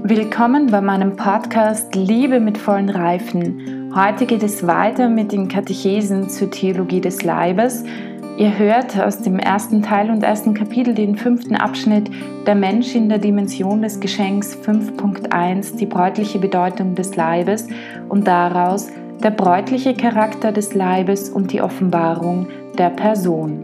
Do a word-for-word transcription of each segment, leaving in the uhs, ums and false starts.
Willkommen bei meinem Podcast Liebe mit vollen Reifen. Heute geht es weiter mit den Katechesen zur Theologie des Leibes. Ihr hört aus dem ersten Teil und ersten Kapitel den fünften Abschnitt Der Mensch in der Dimension des Geschenks fünf Punkt eins, die bräutliche Bedeutung des Leibes und daraus der bräutliche Charakter des Leibes und die Offenbarung der Person.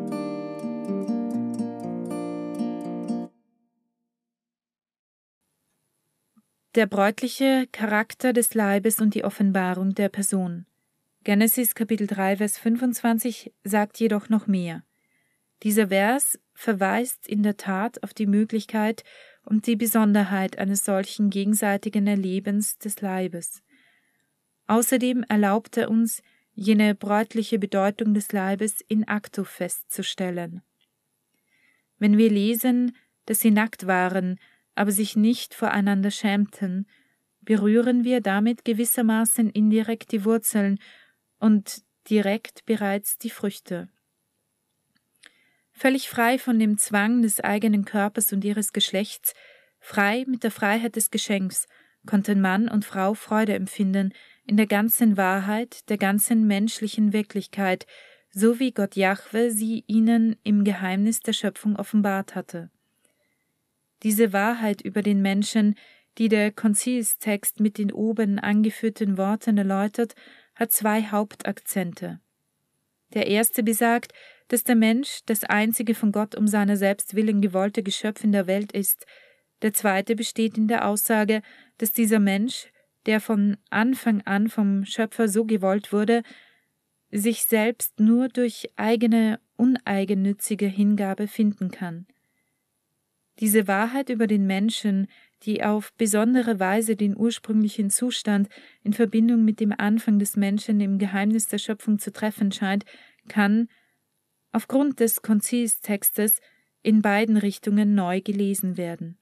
Der bräutliche Charakter des Leibes und die Offenbarung der Person. Genesis Kapitel drei, Vers fünfundzwanzig sagt jedoch noch mehr. Dieser Vers verweist in der Tat auf die Möglichkeit und die Besonderheit eines solchen gegenseitigen Erlebens des Leibes. Außerdem erlaubt er uns, jene bräutliche Bedeutung des Leibes in actu festzustellen. Wenn wir lesen, dass sie nackt waren, aber sich nicht voreinander schämten, berühren wir damit gewissermaßen indirekt die Wurzeln und direkt bereits die Früchte. Völlig frei von dem Zwang des eigenen Körpers und ihres Geschlechts, frei mit der Freiheit des Geschenks, konnten Mann und Frau Freude empfinden in der ganzen Wahrheit, der ganzen menschlichen Wirklichkeit, so wie Gott Jahwe sie ihnen im Geheimnis der Schöpfung offenbart hatte. Diese Wahrheit über den Menschen, die der Konzilstext mit den oben angeführten Worten erläutert, hat zwei Hauptakzente. Der erste besagt, dass der Mensch das einzige von Gott um seiner selbst willen gewollte Geschöpf in der Welt ist. Der zweite besteht in der Aussage, dass dieser Mensch, der von Anfang an vom Schöpfer so gewollt wurde, sich selbst nur durch eigene, uneigennützige Hingabe finden kann. Diese Wahrheit über den Menschen, die auf besondere Weise den ursprünglichen Zustand in Verbindung mit dem Anfang des Menschen im Geheimnis der Schöpfung zu treffen scheint, kann, aufgrund des Konzilstextes, in beiden Richtungen neu gelesen werden.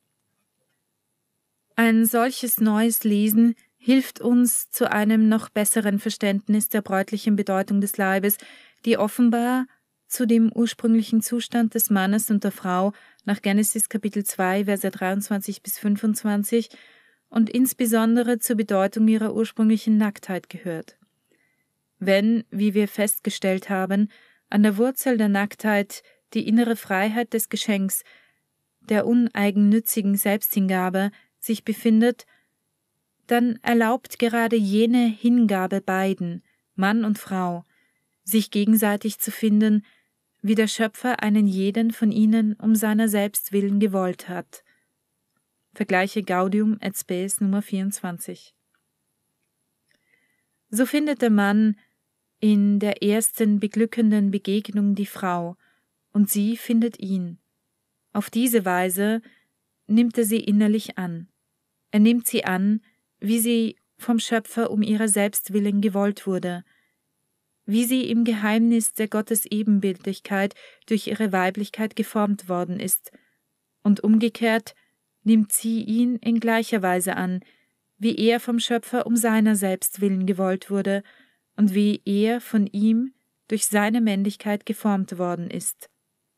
Ein solches neues Lesen hilft uns zu einem noch besseren Verständnis der bräutlichen Bedeutung des Leibes, die offenbar zu dem ursprünglichen Zustand des Mannes und der Frau nach Genesis Kapitel zwei, Verse dreiundzwanzig bis fünfundzwanzig und insbesondere zur Bedeutung ihrer ursprünglichen Nacktheit gehört. Wenn, wie wir festgestellt haben, an der Wurzel der Nacktheit die innere Freiheit des Geschenks, der uneigennützigen Selbsthingabe sich befindet, dann erlaubt gerade jene Hingabe beiden, Mann und Frau, sich gegenseitig zu finden, wie der Schöpfer einen jeden von ihnen um seiner selbst willen gewollt hat. Vergleiche Gaudium et Spes Nummer vierundzwanzig. So findet der Mann in der ersten beglückenden Begegnung die Frau, und sie findet ihn. Auf diese Weise nimmt er sie innerlich an. Er nimmt sie an, wie sie vom Schöpfer um ihrer selbst willen gewollt wurde, wie sie im Geheimnis der Gottesebenbildlichkeit durch ihre Weiblichkeit geformt worden ist, und umgekehrt nimmt sie ihn in gleicher Weise an, wie er vom Schöpfer um seiner selbst willen gewollt wurde und wie er von ihm durch seine Männlichkeit geformt worden ist.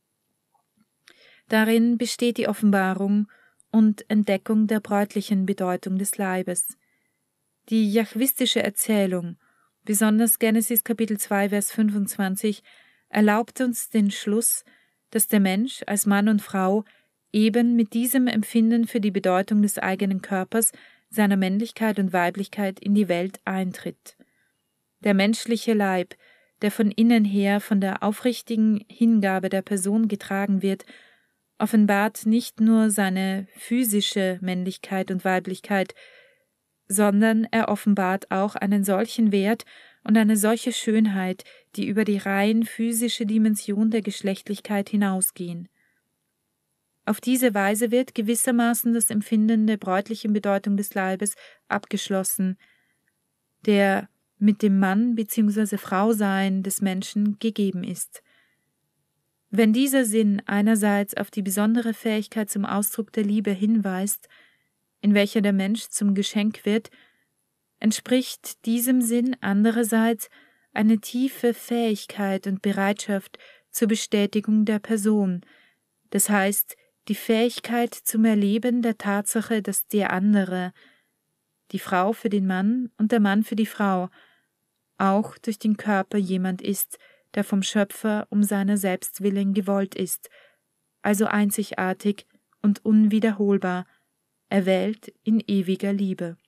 Darin besteht die Offenbarung und Entdeckung der bräutlichen Bedeutung des Leibes. Die jahwistische Erzählung, besonders Genesis Kapitel zwei, Vers fünfundzwanzig, erlaubt uns den Schluss, dass der Mensch als Mann und Frau eben mit diesem Empfinden für die Bedeutung des eigenen Körpers, seiner Männlichkeit und Weiblichkeit in die Welt eintritt. Der menschliche Leib, der von innen her von der aufrichtigen Hingabe der Person getragen wird, offenbart nicht nur seine physische Männlichkeit und Weiblichkeit, sondern er offenbart auch einen solchen Wert und eine solche Schönheit, die über die rein physische Dimension der Geschlechtlichkeit hinausgehen. Auf diese Weise wird gewissermaßen das Empfinden der bräutlichen Bedeutung des Leibes abgeschlossen, der mit dem Mann bzw. Frausein des Menschen gegeben ist. Wenn dieser Sinn einerseits auf die besondere Fähigkeit zum Ausdruck der Liebe hinweist, in welcher der Mensch zum Geschenk wird, entspricht diesem Sinn andererseits eine tiefe Fähigkeit und Bereitschaft zur Bestätigung der Person, das heißt die Fähigkeit zum Erleben der Tatsache, dass der andere, die Frau für den Mann und der Mann für die Frau, auch durch den Körper jemand ist, der vom Schöpfer um seiner selbst willen gewollt ist, also einzigartig und unwiederholbar, erwählt in ewiger Liebe.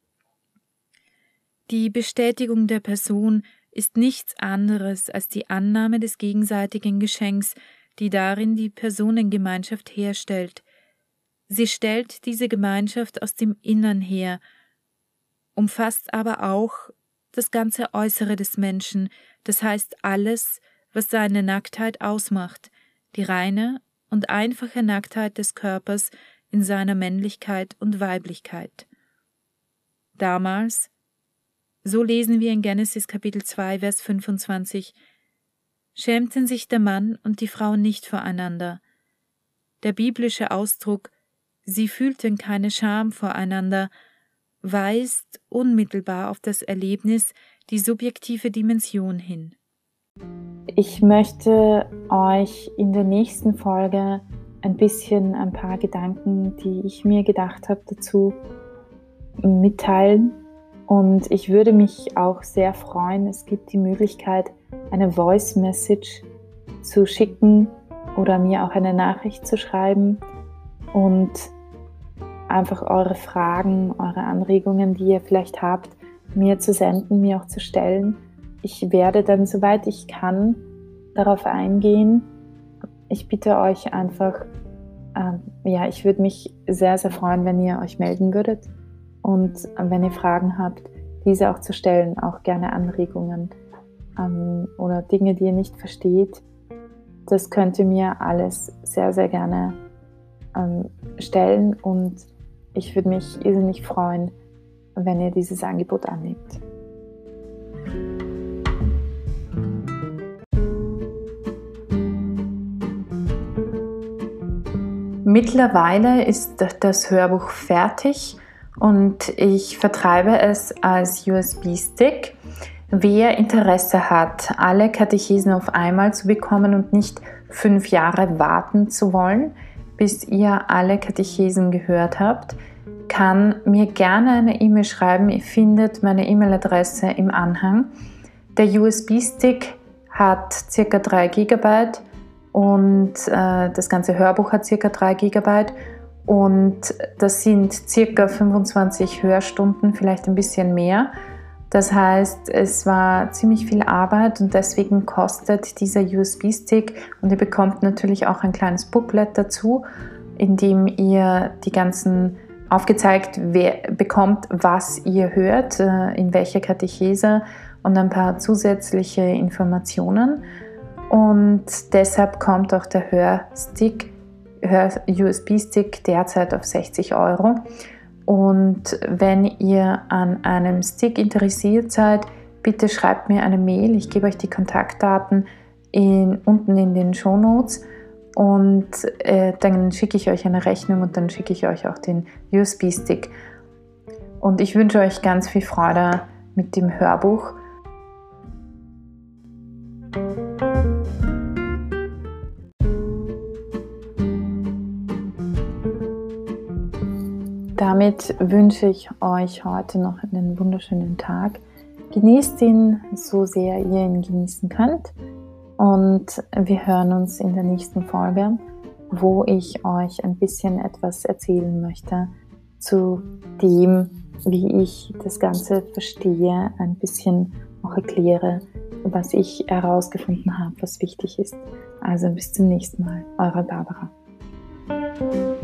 Die Bestätigung der Person ist nichts anderes als die Annahme des gegenseitigen Geschenks, die darin die Personengemeinschaft herstellt. Sie stellt diese Gemeinschaft aus dem Innern her, umfasst aber auch das ganze Äußere des Menschen, das heißt alles, was seine Nacktheit ausmacht, die reine und einfache Nacktheit des Körpers in seiner Männlichkeit und Weiblichkeit. Damals, so lesen wir in Genesis Kapitel zwei, Vers fünfundzwanzig, schämten sich der Mann und die Frau nicht voreinander. Der biblische Ausdruck »sie fühlten keine Scham voreinander« weist unmittelbar auf das Erlebnis, die subjektive Dimension hin. Ich möchte euch in der nächsten Folge ein bisschen ein paar Gedanken, die ich mir gedacht habe, dazu mitteilen. Und ich würde mich auch sehr freuen, es gibt die Möglichkeit, eine Voice Message zu schicken oder mir auch eine Nachricht zu schreiben und einfach eure Fragen, eure Anregungen, die ihr vielleicht habt, mir zu senden, mir auch zu stellen. Ich werde dann, soweit ich kann, darauf eingehen. Ich bitte euch einfach, ähm, ja, ich würde mich sehr, sehr freuen, wenn ihr euch melden würdet und äh, wenn ihr Fragen habt, diese auch zu stellen, auch gerne Anregungen ähm, oder Dinge, die ihr nicht versteht. Das könnt ihr mir alles sehr, sehr gerne ähm, stellen und ich würde mich irrsinnig freuen, wenn ihr dieses Angebot annimmt. Mittlerweile ist das Hörbuch fertig und ich vertreibe es als U S B-Stick. Wer Interesse hat, alle Katechesen auf einmal zu bekommen und nicht fünf Jahre warten zu wollen, bis ihr alle Katechesen gehört habt, kann mir gerne eine E-Mail schreiben. Ihr findet meine E-Mail-Adresse im Anhang. Der U S B-Stick hat ca. drei Gigabyte und äh, das ganze Hörbuch hat ca. drei Gigabyte und das sind ca. fünfundzwanzig Hörstunden, vielleicht ein bisschen mehr. Das heißt, es war ziemlich viel Arbeit und deswegen kostet dieser U S B-Stick und ihr bekommt natürlich auch ein kleines Booklet dazu, in dem ihr die ganzen aufgezeigt wer, bekommt, was ihr hört, in welcher Katechese und ein paar zusätzliche Informationen. Und deshalb kommt auch der Hörstick, Hör-U S B-Stick derzeit auf sechzig Euro. Und wenn ihr an einem Stick interessiert seid, bitte schreibt mir eine Mail. Ich gebe euch die Kontaktdaten in, unten in den Shownotes und äh, dann schicke ich euch eine Rechnung und dann schicke ich euch auch den U S B-Stick. Und ich wünsche euch ganz viel Freude mit dem Hörbuch. Damit wünsche ich euch heute noch einen wunderschönen Tag. Genießt ihn so sehr ihr ihn genießen könnt. Und wir hören uns in der nächsten Folge, wo ich euch ein bisschen etwas erzählen möchte zu dem, wie ich das Ganze verstehe, ein bisschen auch erkläre, was ich herausgefunden habe, was wichtig ist. Also bis zum nächsten Mal, eure Barbara.